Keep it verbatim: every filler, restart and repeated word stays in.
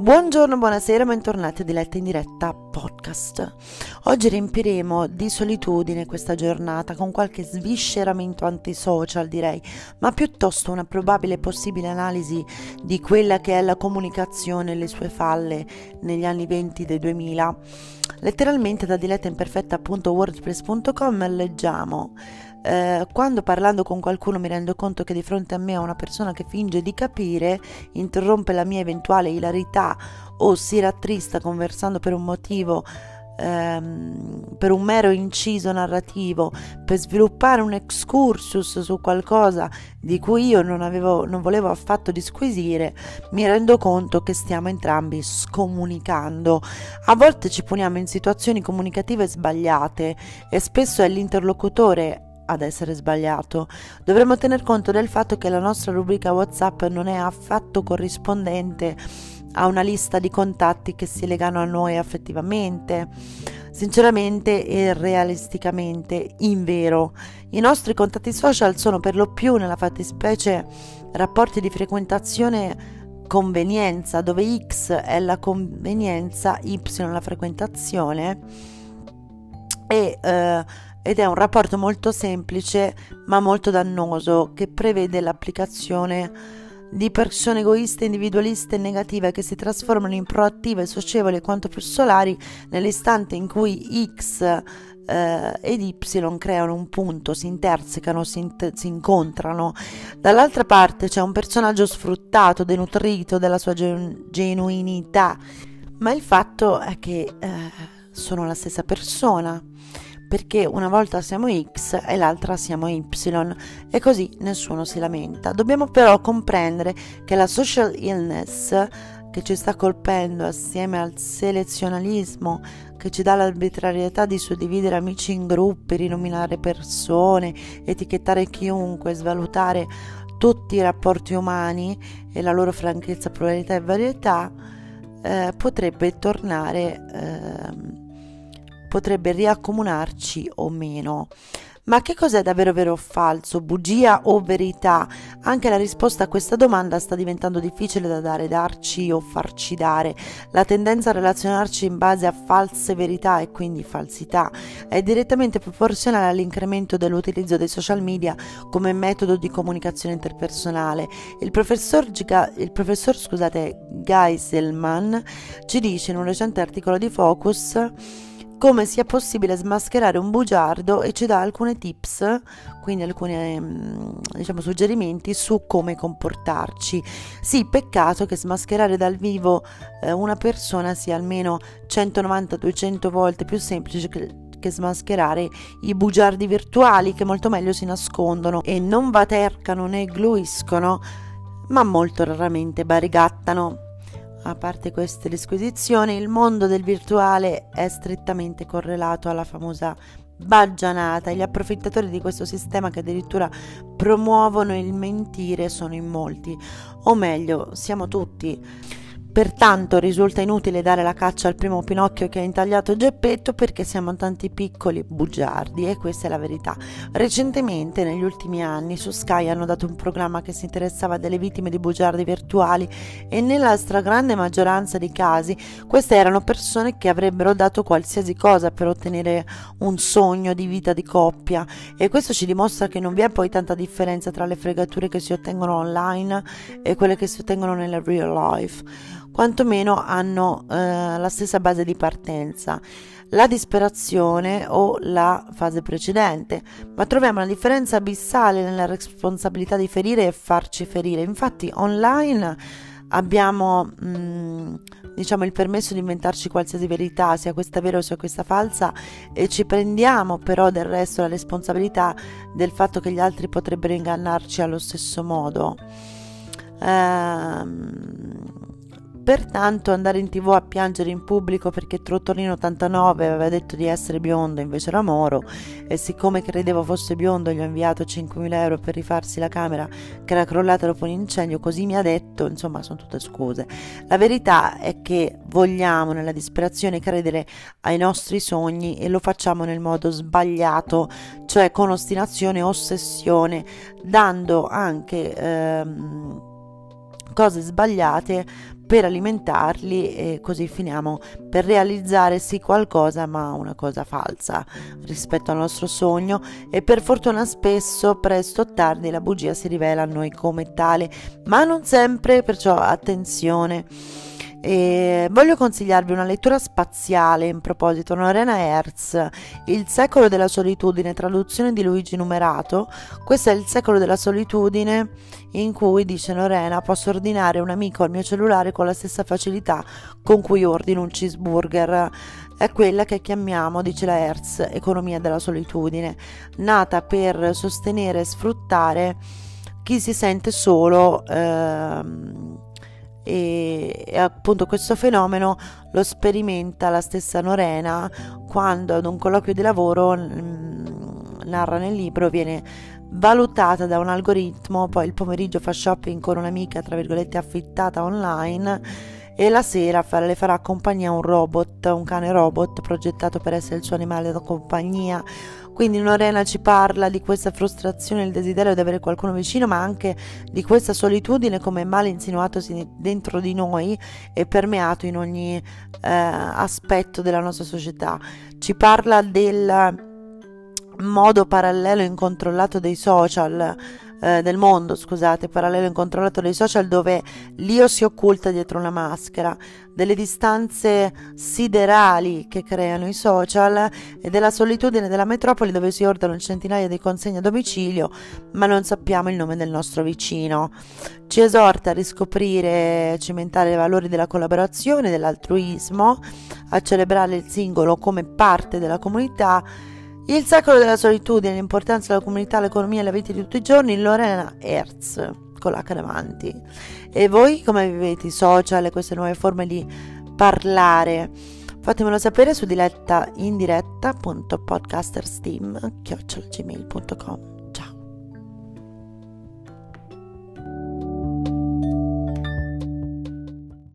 Buongiorno, buonasera, bentornati a Diletta in Diretta podcast. Oggi riempiremo di solitudine questa giornata con qualche svisceramento antisocial, direi, ma piuttosto una probabile e possibile analisi di quella che è la comunicazione e le sue falle negli anni venti del duemila. Letteralmente da dilettaimperfetta punto wordpress punto com leggiamo: eh, quando parlando con qualcuno mi rendo conto che di fronte a me ho una persona che finge di capire, interrompe la mia eventuale ilarità o si rattrista conversando per un motivo, ehm, per un mero inciso narrativo, per sviluppare un excursus su qualcosa di cui io non avevo, non volevo affatto disquisire, mi rendo conto che stiamo entrambi scomunicando. A volte ci poniamo in situazioni comunicative sbagliate e spesso è l'interlocutore ad essere sbagliato. Dovremmo tener conto del fatto che la nostra rubrica WhatsApp non è affatto corrispondente a una lista di contatti che si legano a noi affettivamente, sinceramente e realisticamente invero. I nostri contatti social sono per lo più, nella fattispecie, rapporti di frequentazione convenienza, dove X è la convenienza, Y la frequentazione, e eh, ed è un rapporto molto semplice ma molto dannoso, che prevede l'applicazione di persone egoiste, individualiste e negative che si trasformano in proattive, socievoli e quanto più solari nell'istante in cui X eh, ed Y creano un punto, si intersecano, si, int- si incontrano. Dall'altra parte c'è un personaggio sfruttato, denutrito della sua gen- genuinità, ma il fatto è che eh, sono la stessa persona, perché una volta siamo X e l'altra siamo Y, e così nessuno si lamenta. Dobbiamo però comprendere che la social illness che ci sta colpendo, assieme al selezionalismo che ci dà l'arbitrarietà di suddividere amici in gruppi, rinominare persone, etichettare chiunque, svalutare tutti i rapporti umani e la loro franchezza, pluralità e varietà, eh, potrebbe tornare eh, potrebbe riaccomunarci o meno. Ma che cos'è davvero vero o falso, bugia o verità? Anche la risposta a questa domanda sta diventando difficile da dare, darci o farci dare. La tendenza a relazionarci in base a false verità e quindi falsità è direttamente proporzionale all'incremento dell'utilizzo dei social media come metodo di comunicazione interpersonale. Il professor, Giga, il professor scusate, Geiselman ci dice in un recente articolo di Focus come sia possibile smascherare un bugiardo e ci dà alcune tips, quindi alcuni diciamo suggerimenti su come comportarci. Sì, peccato che smascherare dal vivo eh, una persona sia almeno centonovanta duecento volte più semplice che che smascherare i bugiardi virtuali, che molto meglio si nascondono e non vatercano né gluiscono, ma molto raramente barigattano. A parte queste disquisizioni, il mondo del virtuale è strettamente correlato alla famosa baggianata, e gli approfittatori di questo sistema, che addirittura promuovono il mentire, sono in molti, o meglio, siamo tutti. Pertanto risulta inutile dare la caccia al primo Pinocchio che ha intagliato Geppetto, perché siamo tanti piccoli bugiardi, e questa è la verità. Recentemente, negli ultimi anni, su Sky hanno dato un programma che si interessava delle vittime di bugiardi virtuali, e nella stragrande maggioranza dei casi queste erano persone che avrebbero dato qualsiasi cosa per ottenere un sogno di vita di coppia, e questo ci dimostra che non vi è poi tanta differenza tra le fregature che si ottengono online e quelle che si ottengono nella real life. Quantomeno hanno eh, la stessa base di partenza, la disperazione o la fase precedente, ma troviamo una differenza abissale nella responsabilità di ferire e farci ferire. Infatti online abbiamo mh, diciamo il permesso di inventarci qualsiasi verità, sia questa vera o sia questa falsa, e ci prendiamo però del resto la responsabilità del fatto che gli altri potrebbero ingannarci allo stesso modo. Ehm Pertanto andare in tv a piangere in pubblico perché Trottolino ottantanove aveva detto di essere biondo, invece era moro, e siccome credevo fosse biondo gli ho inviato cinquemila euro per rifarsi la camera che era crollata dopo un incendio, così mi ha detto, insomma sono tutte scuse. La verità è che vogliamo nella disperazione credere ai nostri sogni, e lo facciamo nel modo sbagliato, cioè con ostinazione e ossessione, dando anche ehm, cose sbagliate per alimentarli, e così finiamo per realizzare sì qualcosa, ma una cosa falsa rispetto al nostro sogno, e per fortuna spesso, presto o tardi, la bugia si rivela a noi come tale, ma non sempre, perciò attenzione. E voglio consigliarvi una lettura spaziale in proposito, Lorena Herz, Il secolo della solitudine, traduzione di Luigi Numerato. Questo è il secolo della solitudine, in cui, dice Lorena, posso ordinare un amico al mio cellulare con la stessa facilità con cui ordino un cheeseburger. È quella che chiamiamo, dice la Herz, economia della solitudine, nata per sostenere e sfruttare chi si sente solo, ehm, E, e appunto questo fenomeno lo sperimenta la stessa Lorena quando ad un colloquio di lavoro, mh, narra nel libro, viene valutata da un algoritmo, poi il pomeriggio fa shopping con un'amica tra virgolette affittata online, e la sera le farà compagnia un robot, un cane robot progettato per essere il suo animale da compagnia. Quindi Lorena ci parla di questa frustrazione, il desiderio di avere qualcuno vicino, ma anche di questa solitudine come male insinuatosi dentro di noi e permeato in ogni eh, aspetto della nostra società. Ci parla del modo parallelo e incontrollato dei social, eh, del mondo, scusate, parallelo e incontrollato dei social, dove l'io si occulta dietro una maschera, delle distanze siderali che creano i social e della solitudine della metropoli, dove si ordinano centinaia di consegne a domicilio ma non sappiamo il nome del nostro vicino. Ci esorta a riscoprire e cimentare i valori della collaborazione, dell'altruismo, a celebrare il singolo come parte della comunità. Il secolo della solitudine, l'importanza della comunità, l'economia e la vita di tutti i giorni, Lorena Herz, con l'H davanti. E voi come vivete i social e queste nuove forme di parlare? Fatemelo sapere su diretta in diretta punto podcastersteam chiocciola gmail punto com.